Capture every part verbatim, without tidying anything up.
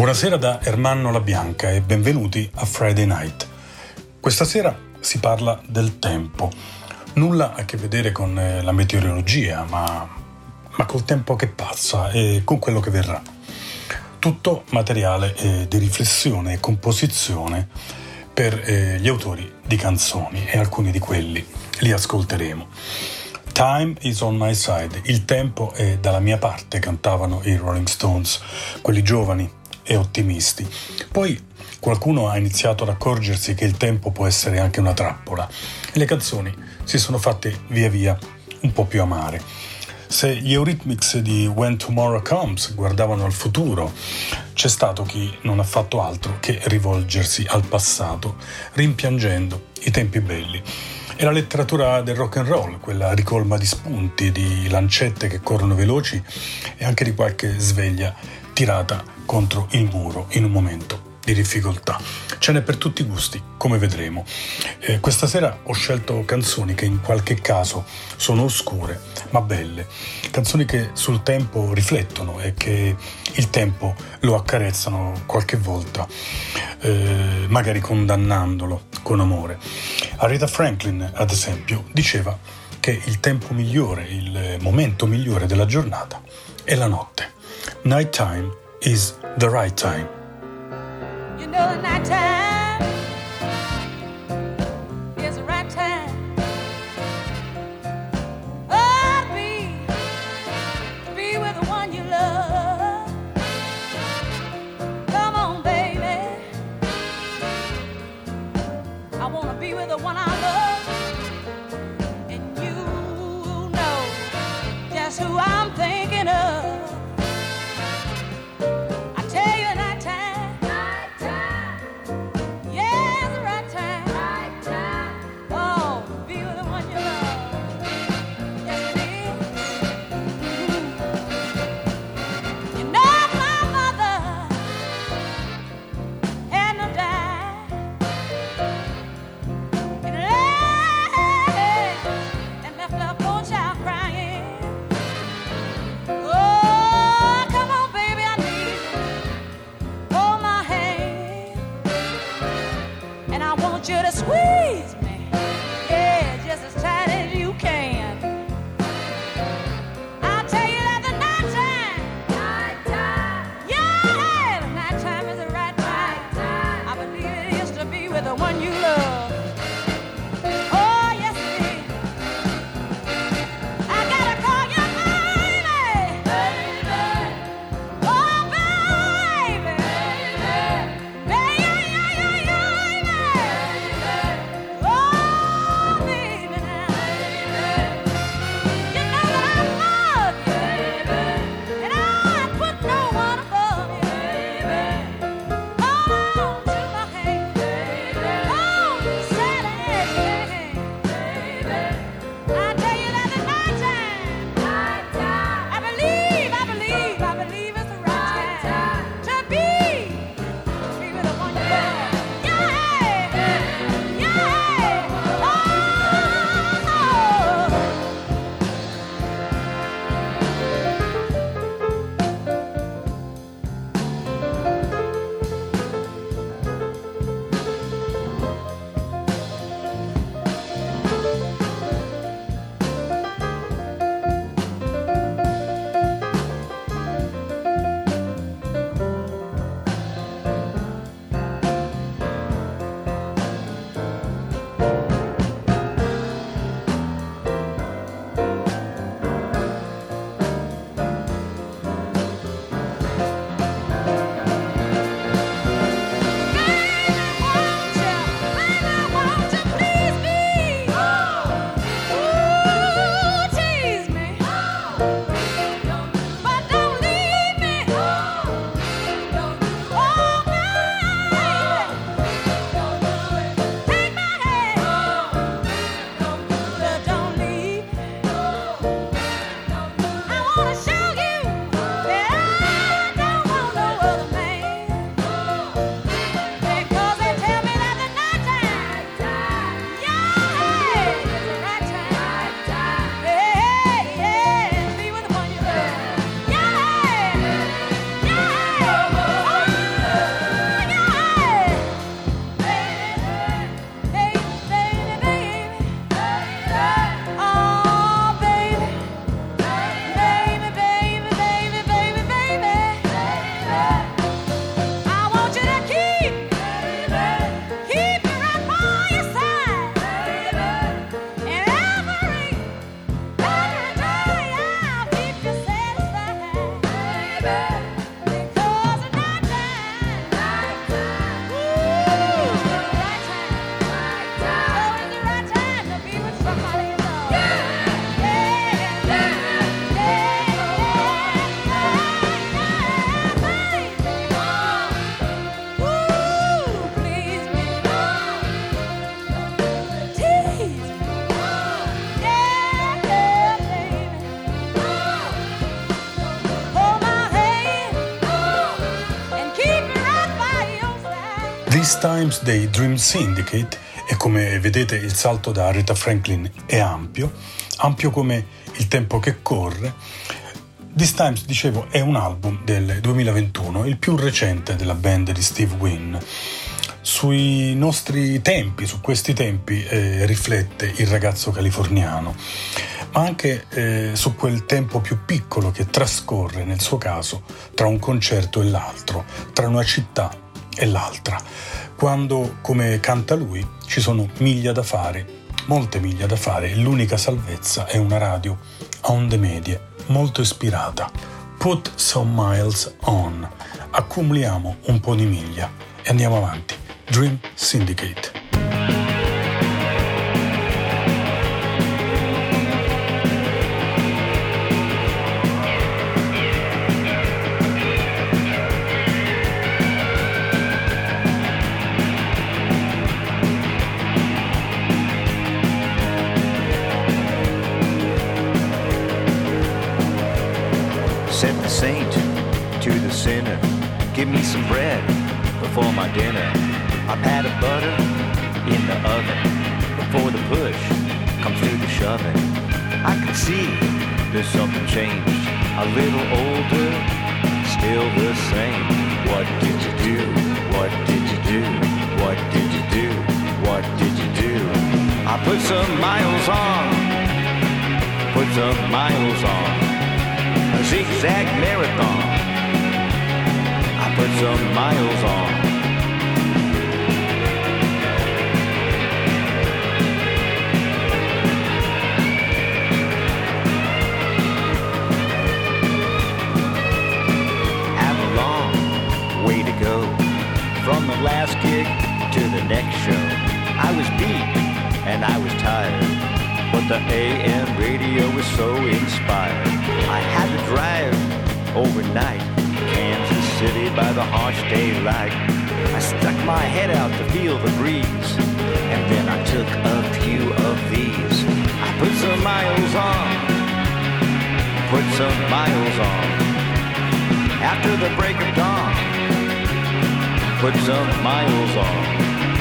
Buonasera da Ermanno La Bianca e benvenuti a Friday Night. Questa sera si parla del tempo. Nulla a che vedere con la meteorologia, ma, ma col tempo che passa e con quello che verrà. Tutto materiale eh, di riflessione e composizione per eh, gli autori di canzoni, e alcuni di quelli li ascolteremo. Time is on my side, il tempo è dalla mia parte, cantavano i Rolling Stones, quelli giovani e ottimisti. Poi qualcuno ha iniziato ad accorgersi che il tempo può essere anche una trappola e le canzoni si sono fatte via via un po' più amare. Se gli Eurythmics di When Tomorrow Comes guardavano al futuro, c'è stato chi non ha fatto altro che rivolgersi al passato, rimpiangendo i tempi belli. E la letteratura del rock and roll, quella ricolma di spunti, di lancette che corrono veloci e anche di qualche sveglia tirata contro il muro in un momento di difficoltà. Ce n'è per tutti i gusti, come vedremo. Eh, questa sera ho scelto canzoni che in qualche caso sono oscure, ma belle. Canzoni che sul tempo riflettono e che il tempo lo accarezzano qualche volta, eh, magari condannandolo con amore. Aretha Franklin, ad esempio, diceva che il tempo migliore, il momento migliore della giornata è la notte. Nighttime is the right time. You know, nighttime is the right time. Oh, to be, to be with the one you love. Come on, baby. I wanna be with the one I love. And you know just who I'm thinking of. These Times dei Dream Syndicate, e come vedete il salto da Aretha Franklin è ampio, ampio come il tempo che corre. These Times, dicevo, è un album del duemilaventuno, il più recente della band di Steve Wynn. Sui nostri tempi, su questi tempi, eh, riflette il ragazzo californiano, ma anche eh, su quel tempo più piccolo che trascorre, nel suo caso, tra un concerto e l'altro, tra una città e l'altra, quando, come canta lui, ci sono miglia da fare, molte miglia da fare, e l'unica salvezza è una radio a onde medie, molto ispirata. Put some miles on. Accumuliamo un po' di miglia e andiamo avanti. Dream Syndicate. Set the saint to the sinner. Give me some bread before my dinner. A pat of butter in the oven before the push comes to the shoving. I can see there's something changed. A little older, still the same. What did you do? What did you do? What did you do? What did you do? I put some miles on. Put some miles on. A zigzag marathon. I put some miles on. Have a long way to go from the last gig to the next show. I was beat and I was tired, but the A M radio was so inspired. I had to drive overnight, Kansas City by the harsh daylight. I stuck my head out to feel the breeze, and then I took a few of these. I put some miles on, put some miles on. After the break of dawn, put some miles on.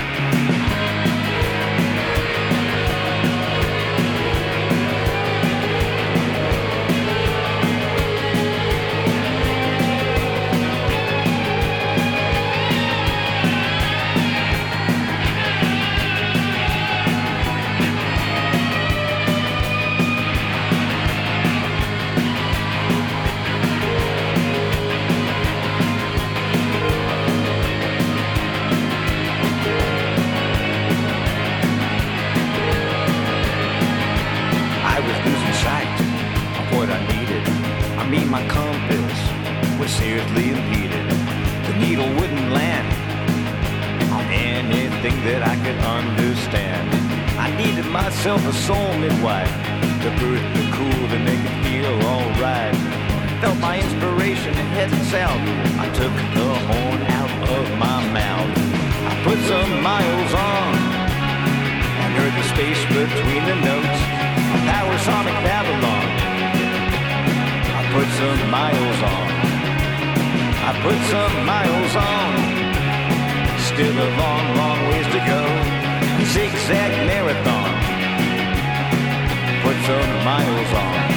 My compass was seriously impeded. The needle wouldn't land on anything that I could understand. I needed myself a soul midwife to birth the cool to make it feel alright. Felt my inspiration heading south. I took the horn out of my mouth. I put some miles on and heard the space between the notes. A power sonic Babylon. Put some miles on. I put some miles on. Still a long, long ways to go. Zigzag marathon. Put some miles on.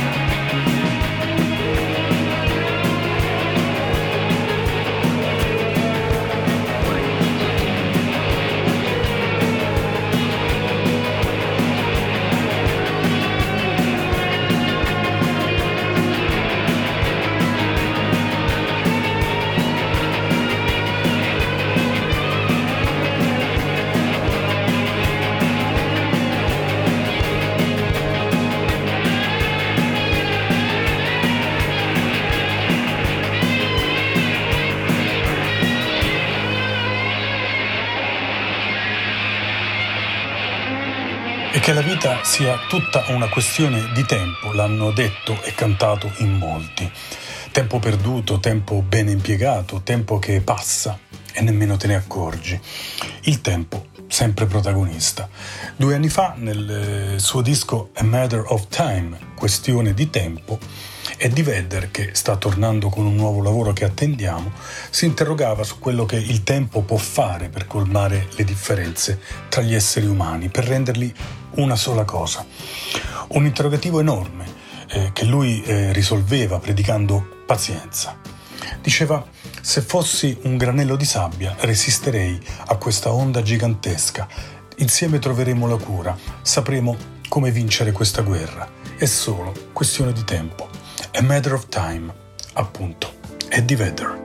che la vita sia tutta una questione di tempo, l'hanno detto e cantato in molti. Tempo perduto, tempo bene impiegato, tempo che passa e nemmeno te ne accorgi. Il tempo sempre protagonista. Due anni fa, nel suo disco A Matter of Time, questione di tempo, Eddie Vedder, che sta tornando con un nuovo lavoro che attendiamo, si interrogava su quello che il tempo può fare per colmare le differenze tra gli esseri umani, per renderli una sola cosa. Un interrogativo enorme eh, che lui eh, risolveva predicando pazienza. Diceva: se fossi un granello di sabbia resisterei a questa onda gigantesca. Insieme troveremo la cura, sapremo come vincere questa guerra. È solo questione di tempo. A Matter of Time, appunto. Eddie Vedder.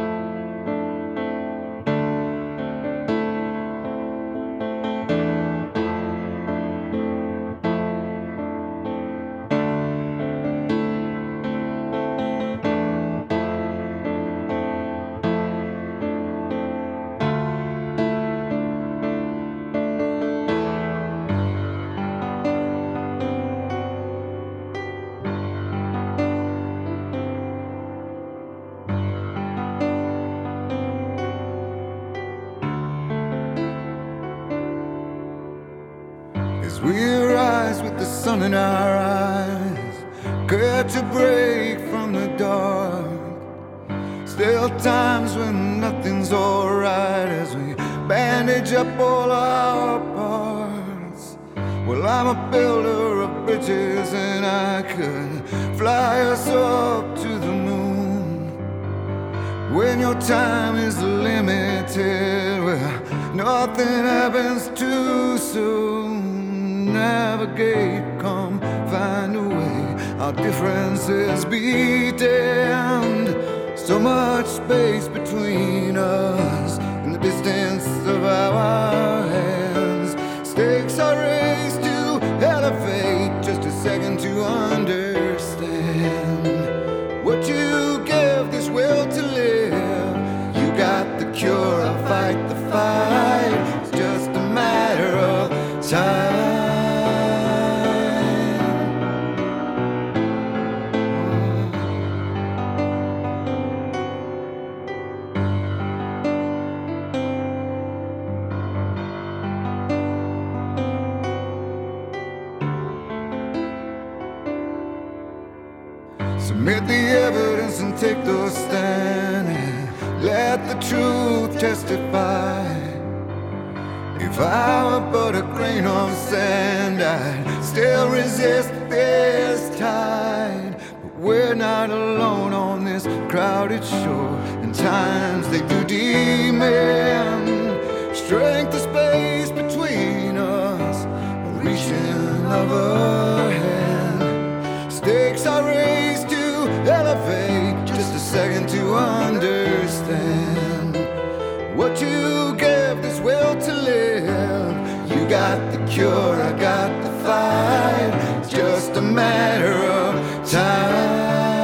As we rise with the sun in our eyes, catch a break from the dark. Still times when nothing's alright as we bandage up all our parts. Well, I'm a builder of bridges and I could fly us up to the moon. When your time is limited, well, nothing happens too soon. Navigate, come find a way. Our differences be damned. So much space between us and the distance of our hands. Stakes are raised to elevate. Just a second to understand what you give this will to live. You got the cure, I'll fight the fight. It's just a matter of time. Submit the evidence and take those stand and let the truth testify. If I were but a grain of sand, I'd still resist this tide. But we're not alone on this crowded shore, and times they do demand strength of space between us, a reaching of a hand. Stakes are raised to elevate, just a second to understand what you give this will to live. You got the cure, I got the fight. It's just a matter of time.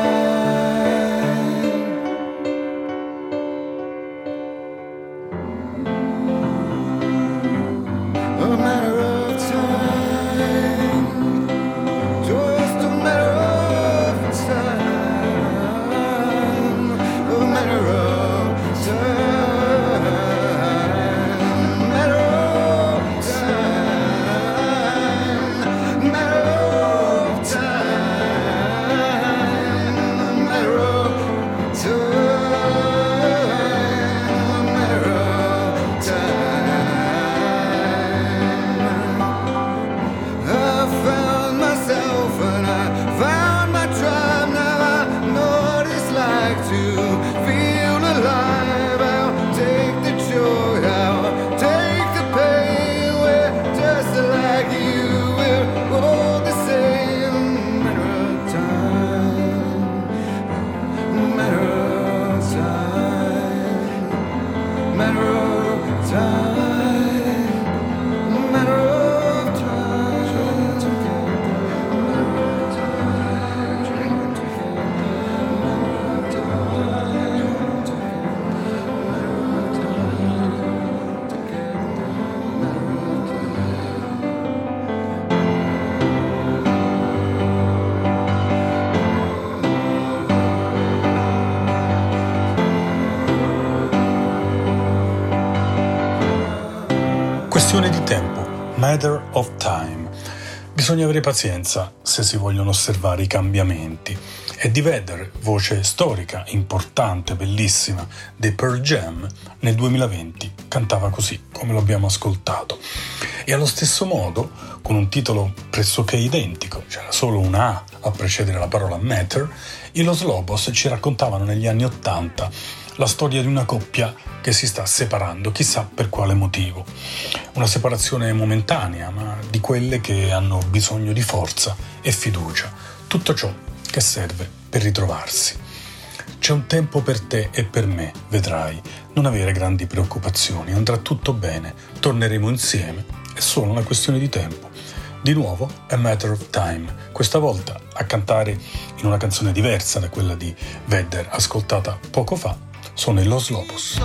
A matter of time. Just a matter of time. A matter of time. Matter of time. Matter of time. tempo, Matter of Time. Bisogna avere pazienza se si vogliono osservare i cambiamenti. Eddie Vedder, voce storica, importante, bellissima dei Pearl Jam, nel duemilaventi cantava così, come lo abbiamo ascoltato. E allo stesso modo, con un titolo pressoché identico, c'era solo una A a precedere la parola Matter, i Los Lobos ci raccontavano negli anni Ottanta la storia di una coppia che si sta separando, chissà per quale motivo. Una separazione momentanea, ma di quelle che hanno bisogno di forza e fiducia. Tutto ciò che serve per ritrovarsi. C'è un tempo per te e per me, vedrai. Non avere grandi preoccupazioni, andrà tutto bene, torneremo insieme, è solo una questione di tempo. Di nuovo, A Matter of Time, questa volta a cantare in una canzone diversa da quella di Vedder ascoltata poco fa, sono i Los Lobos.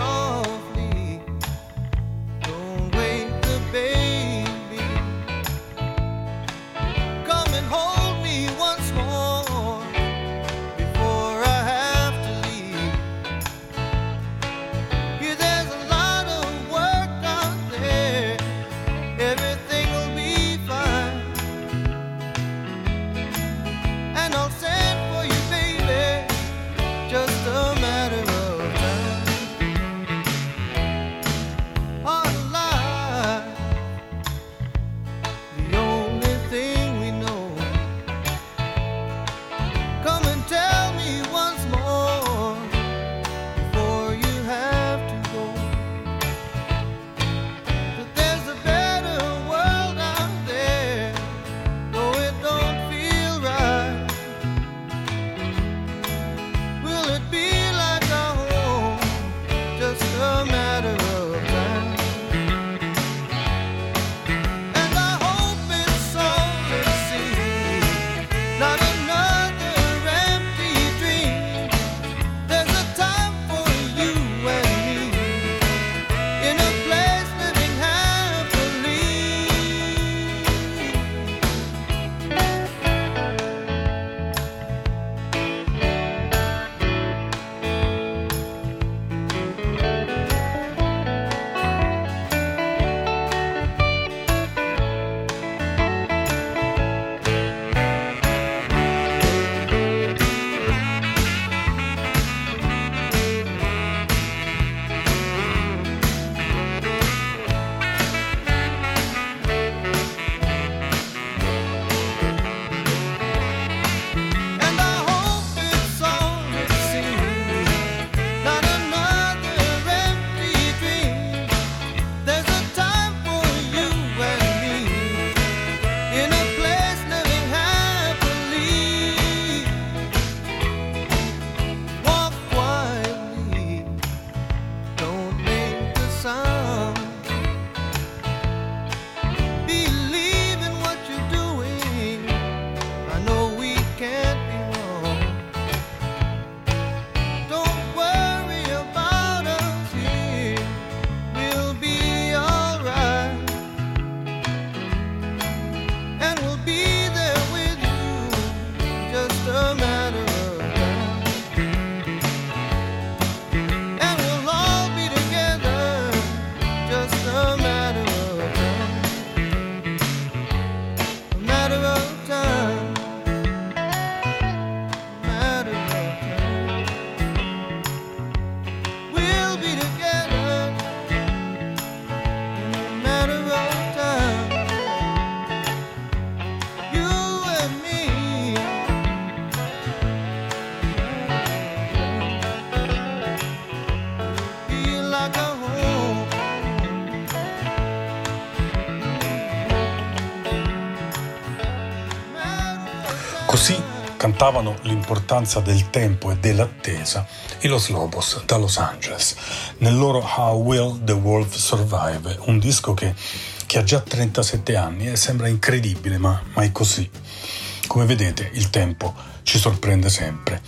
Così cantavano l'importanza del tempo e dell'attesa i Los Lobos da Los Angeles, nel loro How Will the World Survive, un disco che, che ha già trentasette anni e sembra incredibile, ma, ma è così. Come vedete, il tempo ci sorprende sempre.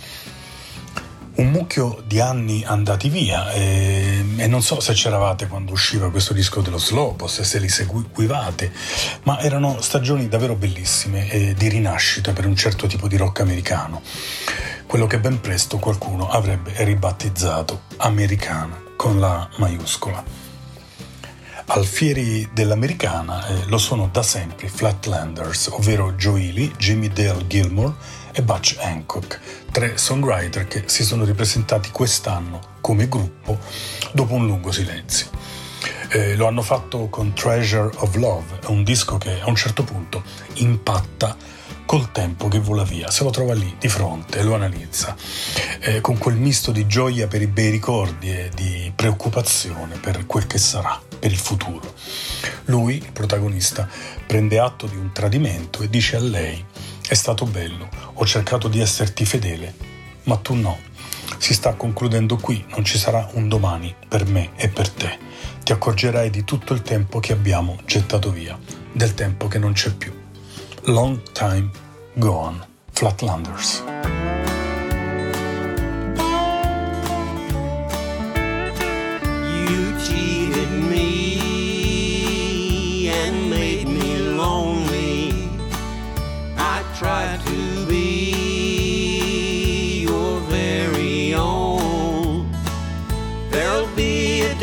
Un mucchio di anni andati via e, e non so se c'eravate quando usciva questo disco dello Lobos e se li seguivate, ma erano stagioni davvero bellissime e di rinascita per un certo tipo di rock americano, quello che ben presto qualcuno avrebbe ribattezzato americana con la maiuscola. Alfieri dell'americana eh, lo sono da sempre i Flatlanders, ovvero Joe Ely, Jimmy Dale Gilmore e Butch Hancock, tre songwriter che si sono ripresentati quest'anno come gruppo dopo un lungo silenzio. Eh, lo hanno fatto con Treasure of Love, un disco che a un certo punto impatta col tempo che vola via, se lo trova lì di fronte e lo analizza, eh, con quel misto di gioia per i bei ricordi e di preoccupazione per quel che sarà, per il futuro. Lui, il protagonista, prende atto di un tradimento e dice a lei: è stato bello, ho cercato di esserti fedele, ma tu no. Si sta concludendo qui, non ci sarà un domani per me e per te. Ti accorgerai di tutto il tempo che abbiamo gettato via, del tempo che non c'è più. Long Time Gone, Flatlanders. You cheated me and made me lonely. I tried to be your very own. There'll be a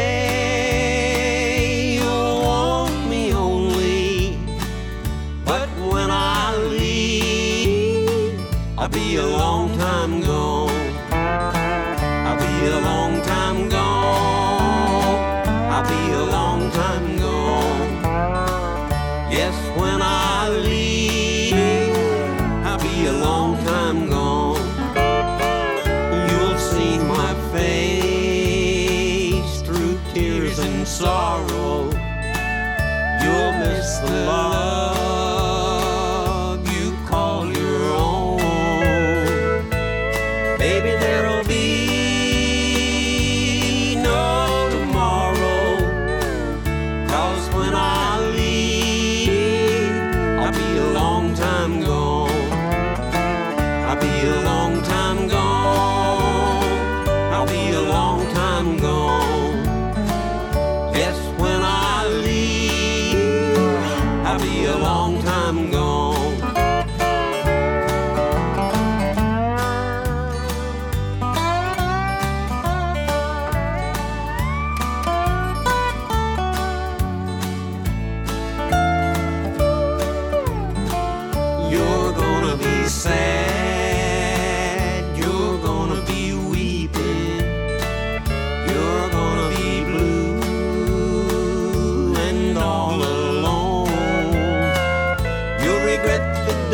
day you'll want me only, but when I leave, I'll be a long time gone. I'll be a long time gone. I'll be a long time gone. Yes, when I leave, I'll be a long time gone. You'll see my face through tears and sorrow. You'll miss the love you call your own. Baby, there'll be no tomorrow, 'cause when I leave, I'll be a long time gone. I'll be a long time gone. I'll be a long time gone. Yes, when I leave, I'll be a long time gone. You're gonna be sad, you're gonna be weeping, you're gonna be blue and all alone. You'll regret the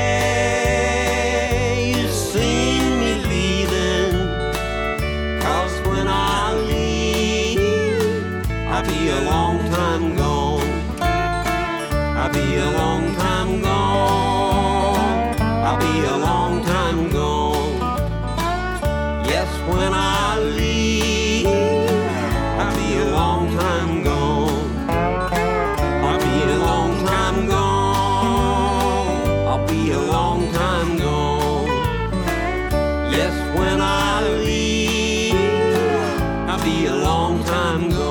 day you seen me leaving, 'cause when I leave, I'll be a long time gone. I'll be a long time gone. I'll be a long time gone. Yes, when I leave, I'll be a long time gone. I'll be a long time gone. I'll be a long time gone. Yes, when I leave, I'll be a long time gone.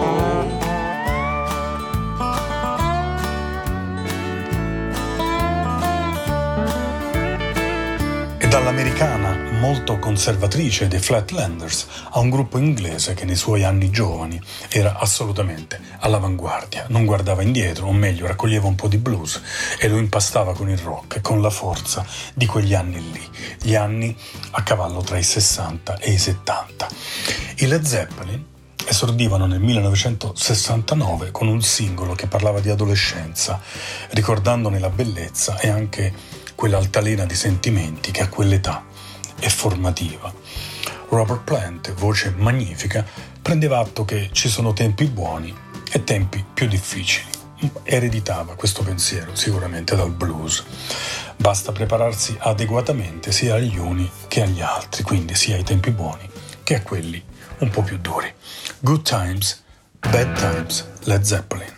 E dall'americana molto conservatrice dei Flatlanders a un gruppo inglese che nei suoi anni giovani era assolutamente all'avanguardia, non guardava indietro, o meglio raccoglieva un po' di blues e lo impastava con il rock e con la forza di quegli anni lì, gli anni a cavallo tra i sessanta e i settanta. I Led Zeppelin esordivano nel millenovecentosessantanove con un singolo che parlava di adolescenza, ricordandone la bellezza e anche quell'altalena di sentimenti che a quell'età è formativa. Robert Plant, voce magnifica, prendeva atto che ci sono tempi buoni e tempi più difficili. Ereditava questo pensiero sicuramente dal blues. Basta prepararsi adeguatamente sia agli uni che agli altri, quindi sia ai tempi buoni che a quelli un po' più duri. Good Times, Bad Times, Led Zeppelin.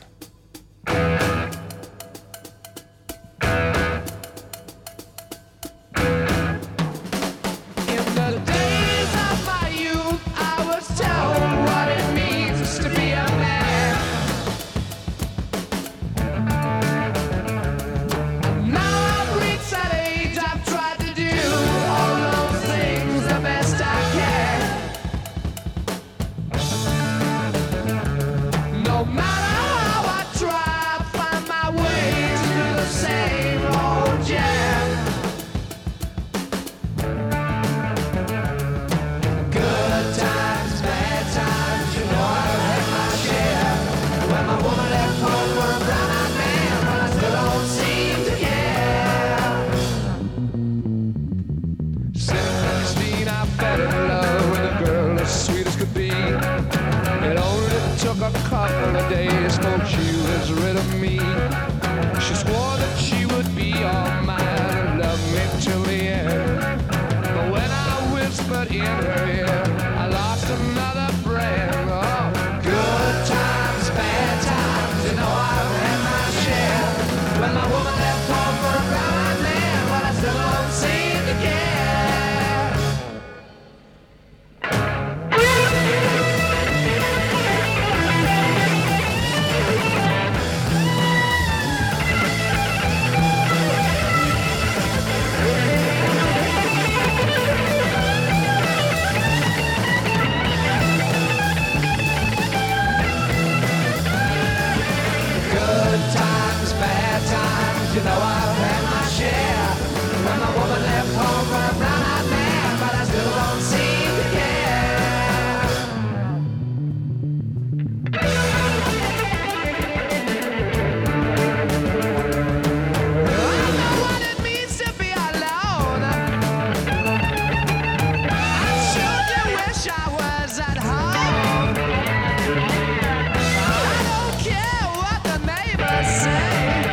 In the days of my youth, I was told what it means to be a man. Now I've reached that age, I've tried to do all those things the best I can. No matter fell in love with a girl as sweet as could be. It only took a couple of days for she was rid of me. She swore that she would be all mine and love me till the end. But when I whispered in her ear, I lost another friend. Oh, good times, bad times, you know I've had my share. When my woman left home for a blind man, but I still don't seem to care. You know I've had my share. When my woman left home for a blind man, but I still don't seem to care. I know what it means to be alone. I sure do wish I was at home. I don't care what the neighbors say.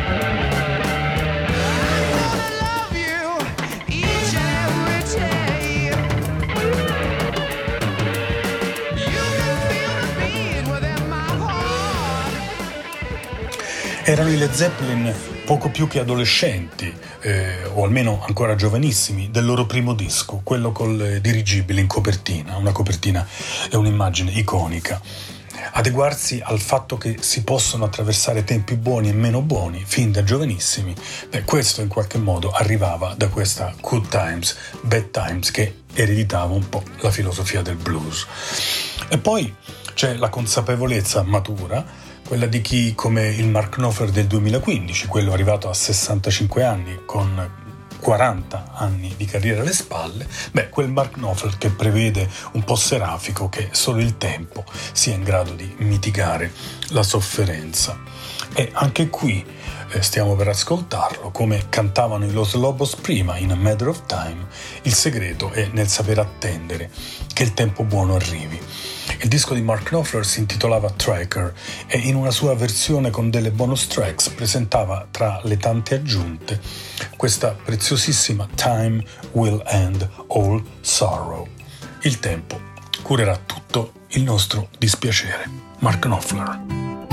Erano i Led Zeppelin poco più che adolescenti, eh, o almeno ancora giovanissimi, del loro primo disco, quello col dirigibile in copertina, una copertina è un'immagine iconica. Adeguarsi al fatto che si possono attraversare tempi buoni e meno buoni fin da giovanissimi, beh, questo in qualche modo arrivava da questa Good Times, Bad Times che ereditava un po' la filosofia del blues. E poi c'è la consapevolezza matura, quella di chi, come il Mark Knopfler del duemilaquindici, quello arrivato a sessantacinque anni con quaranta anni di carriera alle spalle, beh, quel Mark Knopfler che prevede un po' serafico che solo il tempo sia in grado di mitigare la sofferenza. E anche qui eh, stiamo per ascoltarlo, come cantavano i Los Lobos prima in A Matter of Time, il segreto è nel saper attendere che il tempo buono arrivi. Il disco di Mark Knopfler si intitolava Tracker e in una sua versione con delle bonus tracks presentava tra le tante aggiunte questa preziosissima Time Will End All Sorrow. Il tempo curerà tutto il nostro dispiacere. Mark Knopfler.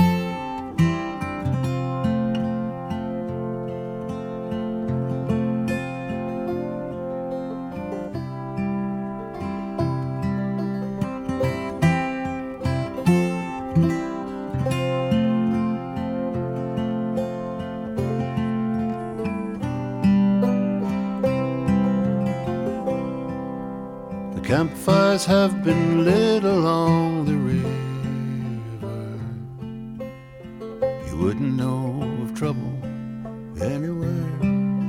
Campfires have been lit along the river. You wouldn't know of trouble anywhere.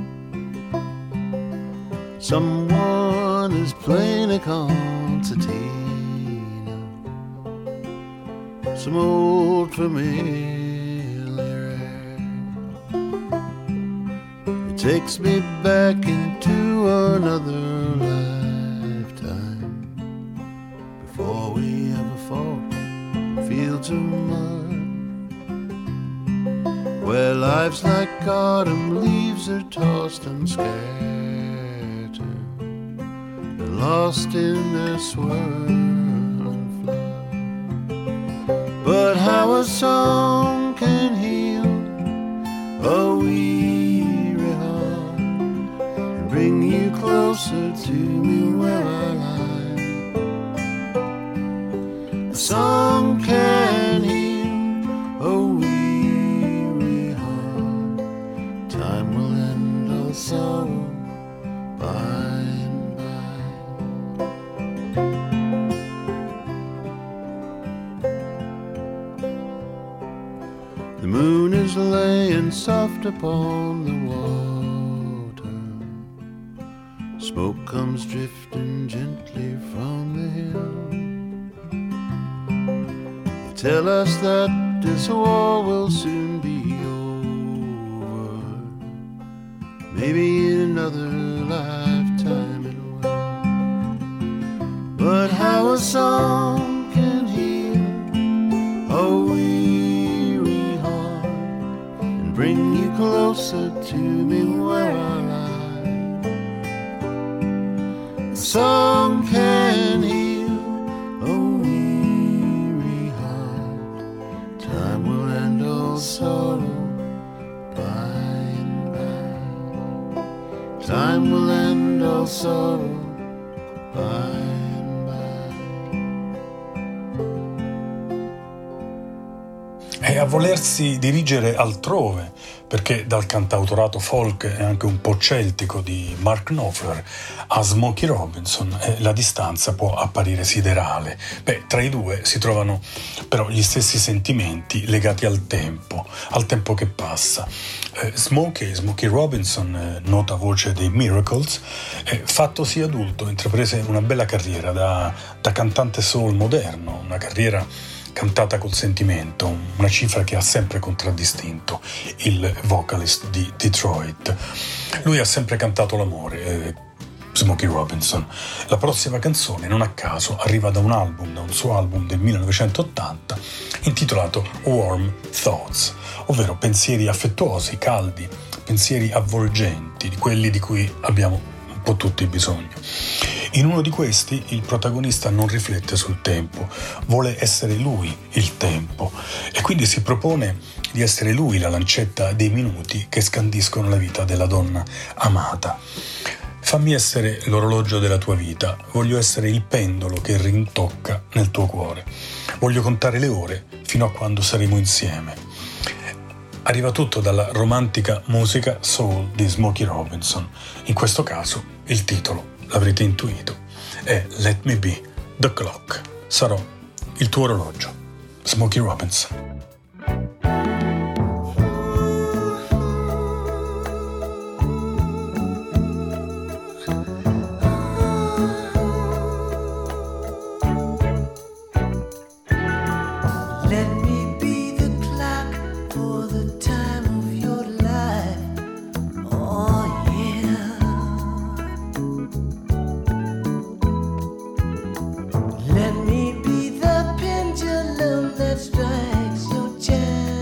Someone is playing a concertina, some old familiar air. It takes me back into another life, before we ever fought in fields of mud, where life's like autumn leaves are tossed and scattered and lost in their swirling flood. But how a song can heal a weary heart and bring you closer to me where I lie. Song can heal a weary heart. Time will end all sorrow by and by. The moon is laying soft upon the water. Smoke comes drifting gently from the hill. Tell us that this war will soon be over. Maybe in another lifetime it will. but how a song can heal a weary heart and bring you closer to me where I lie. A song can heal a weary heart. Time will end all sorrow by and by. Time will end all sorrow by and by. E a volersi dirigere altrove, perché dal cantautorato folk e anche un po' celtico di Mark Knopfler a Smokey Robinson eh, la distanza può apparire siderale. Beh, tra i due si trovano però gli stessi sentimenti legati al tempo, al tempo che passa. Eh, Smokey, Smokey Robinson, eh, nota voce dei Miracles, eh, fattosi adulto, intraprese una bella carriera da, da cantante soul moderno, una carriera cantata col sentimento, una cifra che ha sempre contraddistinto il vocalist di Detroit. Lui ha sempre cantato l'amore, eh, Smokey Robinson. La prossima canzone, non a caso, arriva da un album, da un suo album del millenovecentottanta, intitolato Warm Thoughts, ovvero pensieri affettuosi, caldi, pensieri avvolgenti, di quelli di cui abbiamo un po' tutti bisogno. In uno di questi il protagonista non riflette sul tempo, vuole essere lui il tempo e quindi si propone di essere lui la lancetta dei minuti che scandiscono la vita della donna amata. Fammi essere l'orologio della tua vita, voglio essere il pendolo che rintocca nel tuo cuore, voglio contare le ore fino a quando saremo insieme. Arriva tutto dalla romantica musica soul di Smokey Robinson. In questo caso il titolo, l'avrete intuito, è Let Me Be the Clock. Sarò il tuo orologio. Smokey Robinson. Let me be the pendulum that strikes your chest.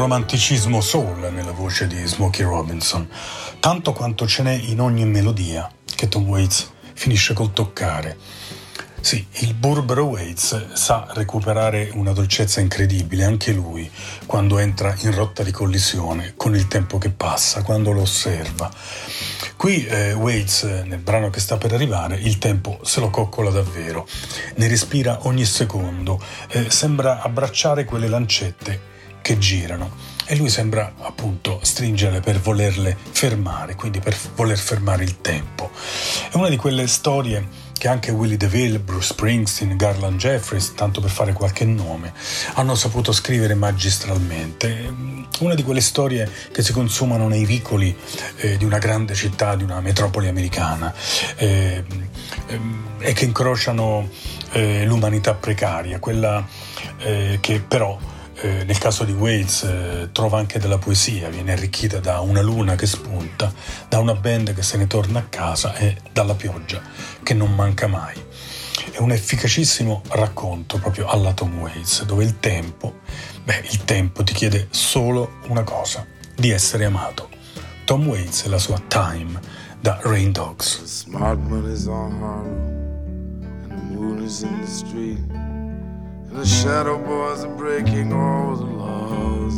romanticismo soul nella voce di Smokey Robinson, tanto quanto ce n'è in ogni melodia che Tom Waits finisce col toccare. Sì, il burbero Waits sa recuperare una dolcezza incredibile anche lui quando entra in rotta di collisione con il tempo che passa, quando lo osserva. Qui eh, Waits, nel brano che sta per arrivare, il tempo se lo coccola davvero, ne respira ogni secondo, eh, sembra abbracciare quelle lancette che girano e lui sembra appunto stringere per volerle fermare, quindi per voler fermare il tempo. È una di quelle storie che anche Willie DeVille, Bruce Springsteen, Garland Jeffries, tanto per fare qualche nome, hanno saputo scrivere magistralmente. Una di quelle storie che si consumano nei vicoli eh, di una grande città, di una metropoli americana, eh, eh, e che incrociano eh, l'umanità precaria, quella eh, che però Eh, nel caso di Waits eh, trova anche della poesia, viene arricchita da una luna che spunta, da una band che se ne torna a casa e dalla pioggia che non manca mai. È un efficacissimo racconto proprio alla Tom Waits, dove il tempo, beh, il tempo ti chiede solo una cosa, di essere amato. Tom Waits e la sua Time da Rain Dogs. The smart money's on Harlem and the moon is in the street. And the shadow boys are breaking all the laws.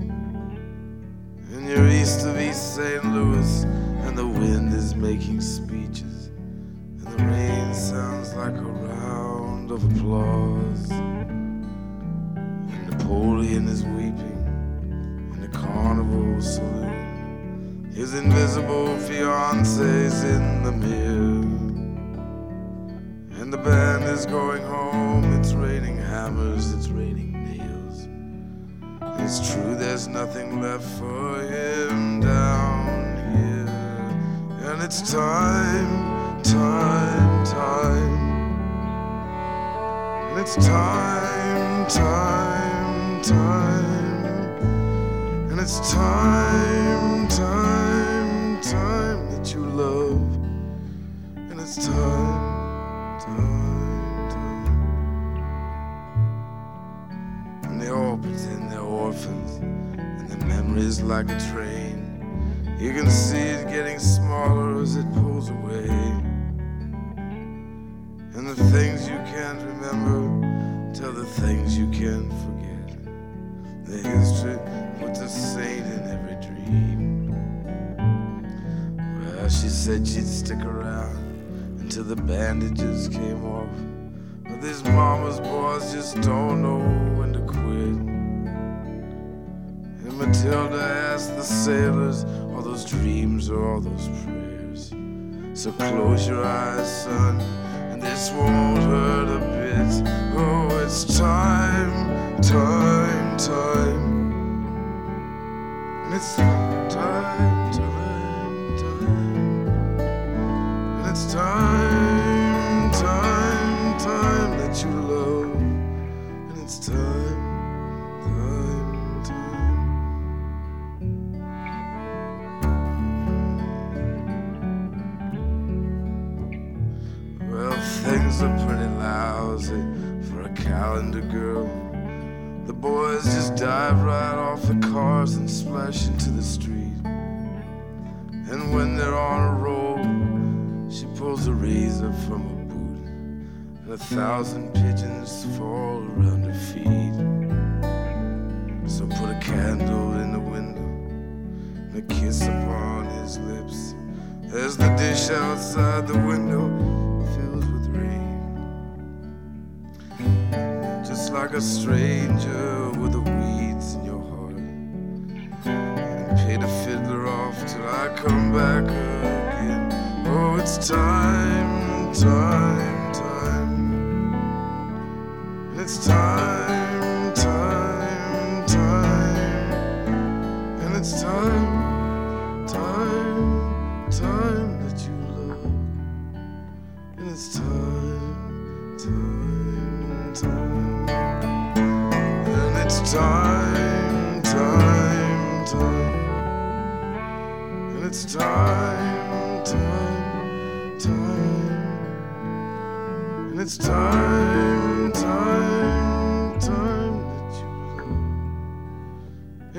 And you're east of East Saint Louis, and the wind is making speeches, and the rain sounds like a round of applause. And Napoleon is weeping in the carnival saloon. His invisible fiance's in the mirror. And the band is going home. It's raining hammers, it's raining nails. It's true there's nothing left for him down here. And it's time, time, time. And it's time, time, time. And it's time, time, time that you love. And it's time. Time, time. And they all pretend they're orphans, and their memories like a train. You can see it getting smaller as it pulls away. And the things you can't remember tell the things you can't forget. The history puts a saint in every dream. Well, she said she'd stick around till the bandages came off. But these mama's boys just don't know when to quit. And Matilda asked the sailors, all those dreams or all those prayers. So close your eyes, son, and this won't hurt a bit. Oh, it's time, time, time. And it's time, time, time. And it's time, time, time that you love. And it's time, time, time. Well, things are pretty lousy for a calendar girl. The boys just dive right off the cars and splash into the street. And when they're on a roll, she pulls a razor from her boot, and a thousand pigeons fall around her feet. So put a candle in the window and a kiss upon his lips, as the dish outside the window fills with rain. Just like a stranger with the weeds in your heart, and pay the fiddler off till I come back again. Oh, it's time, time, time. It's time, time, time. And it's time, time, time that you love. And it's time, time, time. And it's time, time, time. And it's time, time, time. And it's time, time, time that you love. And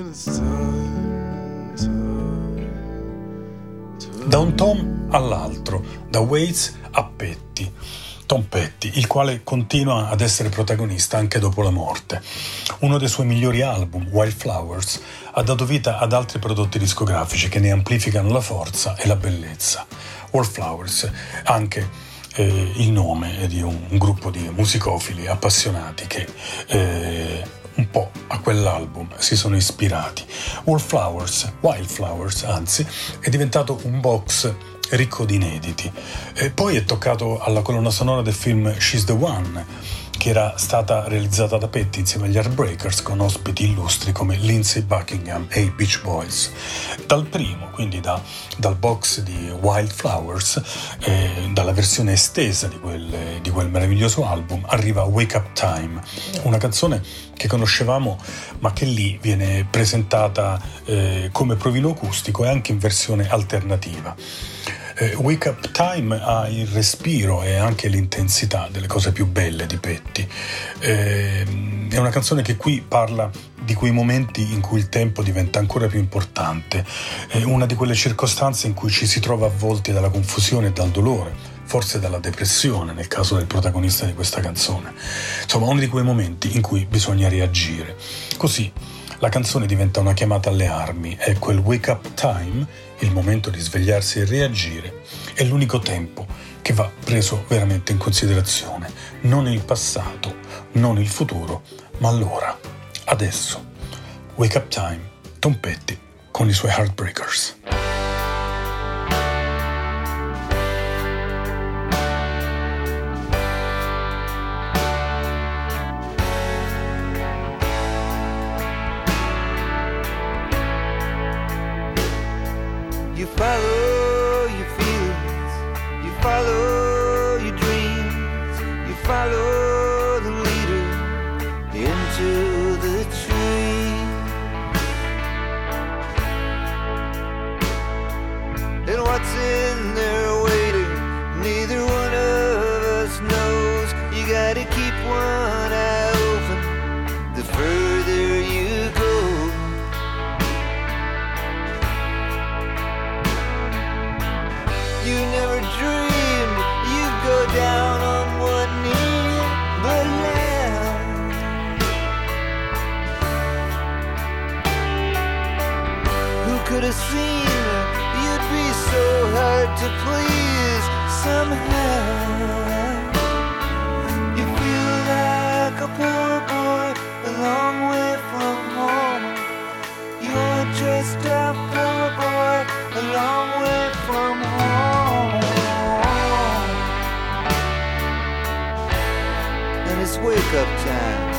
it's time, time, time. Da un Tom all'altro, da Waits a Petty. Tom Petty, il quale continua ad essere protagonista anche dopo la morte. Uno dei suoi migliori album, Wildflowers, ha dato vita ad altri prodotti discografici che ne amplificano la forza e la bellezza. Wildflowers, anche eh, il nome di un, un gruppo di musicofili appassionati che eh, un po' a quell'album si sono ispirati. Wildflowers, Wildflowers anzi, è diventato un box ricco di inediti. E poi è toccato alla colonna sonora del film She's the One, che era stata realizzata da Petty insieme agli Heartbreakers, con ospiti illustri come Lindsey Buckingham e i Beach Boys. Dal primo, quindi da, dal box di Wildflowers, eh, dalla versione estesa di quel, di quel meraviglioso album, arriva Wake Up Time, una canzone che conoscevamo ma che lì viene presentata eh, come provino acustico e anche in versione alternativa. Eh, Wake Up Time ha il respiro e anche l'intensità delle cose più belle di Petty. Eh, è una canzone che qui parla di quei momenti in cui il tempo diventa ancora più importante, è una di quelle circostanze in cui ci si trova avvolti dalla confusione e dal dolore, forse dalla depressione nel caso del protagonista di questa canzone. Insomma, uno di quei momenti in cui bisogna reagire. Così la canzone diventa una chiamata alle armi e quel wake up time, il momento di svegliarsi e reagire, è l'unico tempo che va preso veramente in considerazione. Non il passato, non il futuro, ma l'ora, adesso. Wake up time, Tom Petty con i suoi Heartbreakers. You follow your feelings, you follow your dreams, you follow the leader into the tree. And what's in there waiting, neither one of us knows. You gotta keep one eye open the further you go. You never dreamed you'd go down on one knee, but now who could have seen you'd be so hard to please somehow? You feel like a poor boy a long way from home. You're just a poor boy a long way from home. And it's wake up time.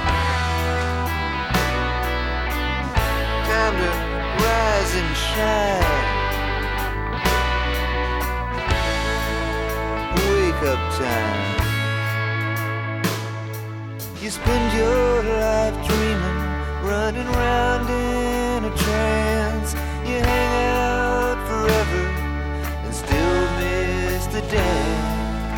Time to rise and shine. Wake up time. You spend your life dreaming, running round in a trance. You hang out forever and still miss the dance.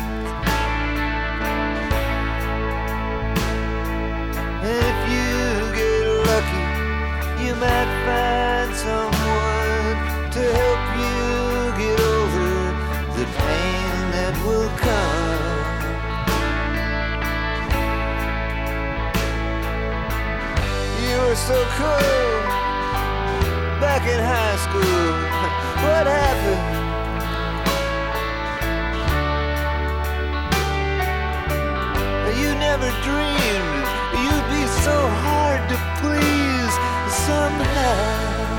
And if you get lucky, you might find someone to help you get over the pain that will come. You were so cool back in high school. What happened? You never dreamed you'd be so hard to please somehow.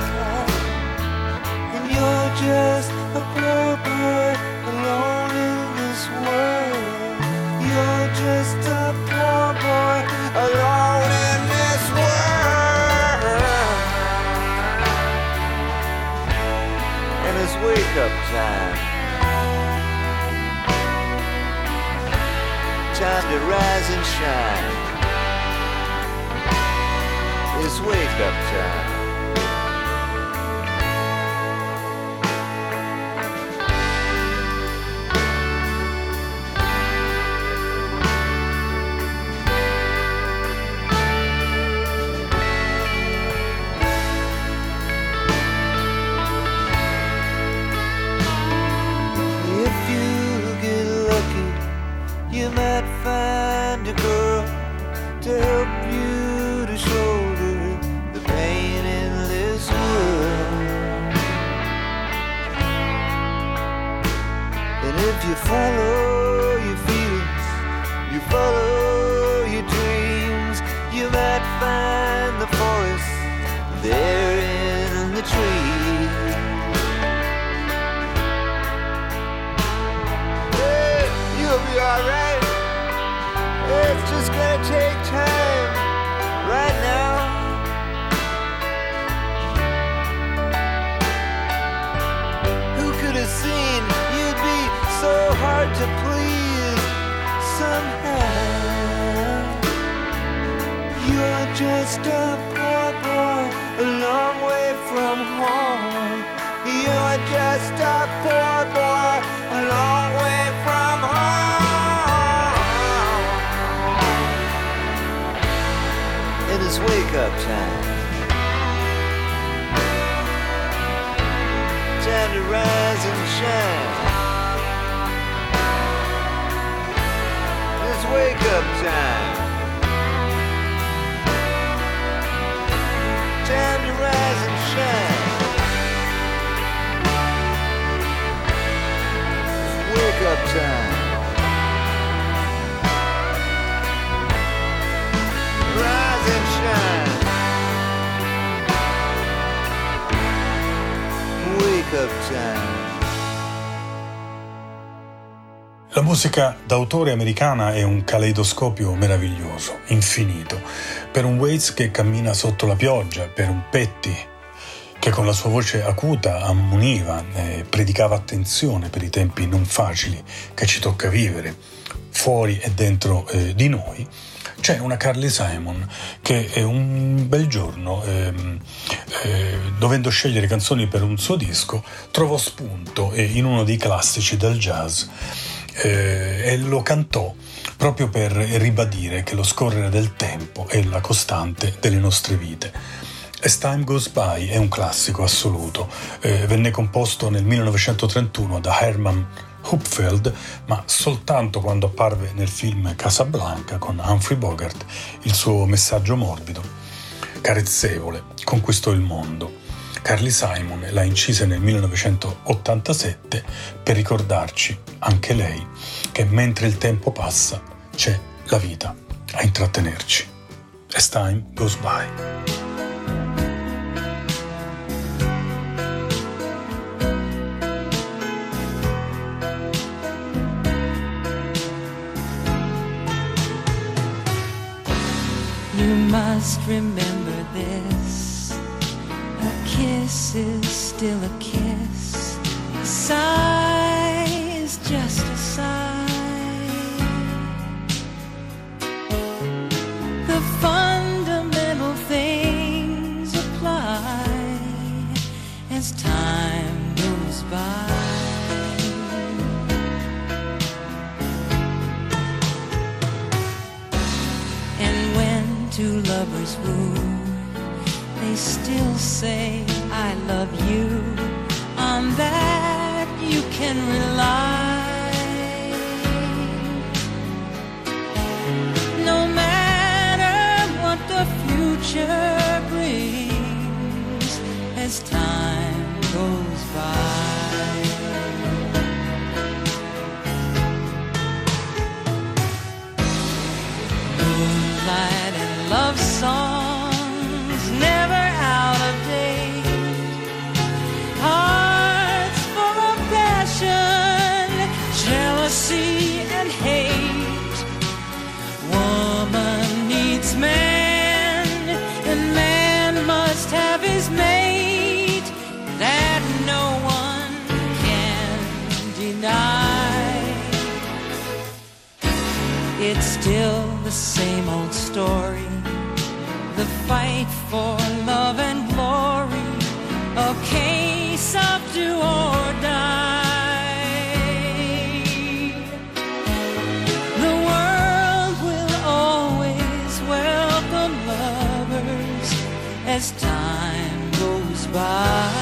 And you're just a poor boy alone in this world. You're just a poor boy alone in this world. And it's wake up time. Time to rise and shine. It's wake up time. you might find a girl to help you to shoulder the pain in this world. And if you follow your feelings, you follow your dreams, you might find the forest there in the trees. Hey, you'll be alright. It's just gonna take time right now. Who could have seen you'd be so hard to please somehow? You're just a poor boy a long way from home. You're just a poor boy a long way from home. It is wake up time. Time to rise and shine. It's wake up time. Time to rise and shine. It's wake up time. Rise and shine. Wake up time. La musica d'autore americana è un caleidoscopio meraviglioso, infinito, per un Waits che cammina sotto la pioggia, per un Petty che con la sua voce acuta ammoniva e predicava attenzione per i tempi non facili che ci tocca vivere, fuori e dentro eh, di noi. C'è una Carly Simon che è un bel giorno, ehm, eh, dovendo scegliere canzoni per un suo disco, trovò spunto eh, in uno dei classici del jazz eh, e lo cantò proprio per ribadire che lo scorrere del tempo è la costante delle nostre vite. As Time Goes By è un classico assoluto, eh, venne composto nel millenovecentotrentuno da Herman Hupfeld, ma soltanto quando apparve nel film Casablanca con Humphrey Bogart, il suo messaggio morbido, carezzevole, conquistò il mondo. Carly Simon l'ha incisa nel millenovecentottantasette per ricordarci, anche lei, che mentre il tempo passa c'è la vita a intrattenerci. As Time Goes By. You must remember this. A kiss is still a kiss. A sigh is just a sigh. The fundamental things apply as time goes by. Two lovers woo, they still say I love you. On that you can rely. No matter what the future brings as time goes by. Moonlight and love songs never out of date. Hearts full of passion, jealousy and hate. Woman needs man, and man must have his mate. That no one can deny. It's still the same old story. The fight for love and glory, a case of do or die. The world will always welcome lovers as time goes by.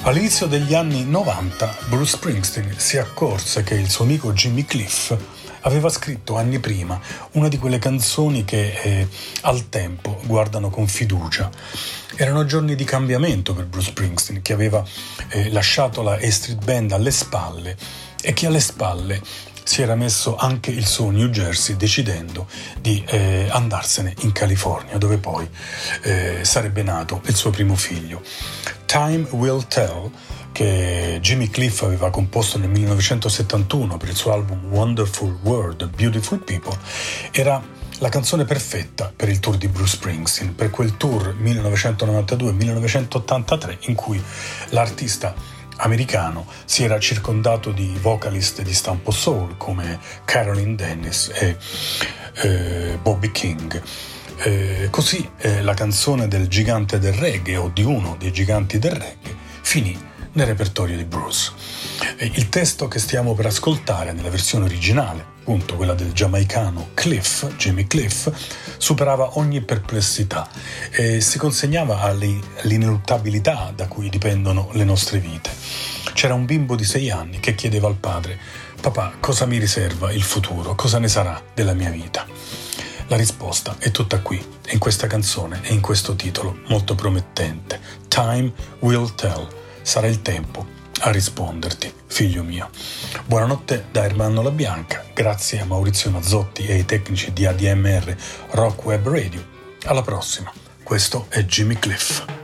All'inizio degli anni novanta Bruce Springsteen si accorse che il suo amico Jimmy Cliff aveva scritto anni prima una di quelle canzoni che eh, al tempo guardano con fiducia. Erano giorni di cambiamento per Bruce Springsteen, che aveva eh, lasciato la A Street Band alle spalle e che alle spalle si era messo anche il suo New Jersey, decidendo di eh, andarsene in California, dove poi eh, sarebbe nato il suo primo figlio. Time Will Tell, che Jimmy Cliff aveva composto nel millenovecentosettantuno per il suo album Wonderful World, Beautiful People, era la canzone perfetta per il tour di Bruce Springsteen, per quel tour millenovecentonovantadue millenovecentottantatré in cui l'artista americano si era circondato di vocalist di stampo soul come Carolyn Dennis e eh, Bobby King. Eh, così eh, la canzone del gigante del reggae, o di uno dei giganti del reggae, finì nel repertorio di Bruce. Eh, il testo che stiamo per ascoltare nella versione originale, appunto quella del giamaicano Cliff, Jimmy Cliff, superava ogni perplessità e si consegnava all'ineluttabilità da cui dipendono le nostre vite. C'era un bimbo di sei anni che chiedeva al padre: «Papà, cosa mi riserva il futuro? Cosa ne sarà della mia vita?» La risposta è tutta qui, in questa canzone e in questo titolo molto promettente. Time Will Tell. Sarà il tempo a risponderti, figlio mio. Buonanotte da Ermanno La Bianca, grazie a Maurizio Mazzotti e ai tecnici di A D M R Rock Web Radio. Alla prossima, questo è Jimmy Cliff.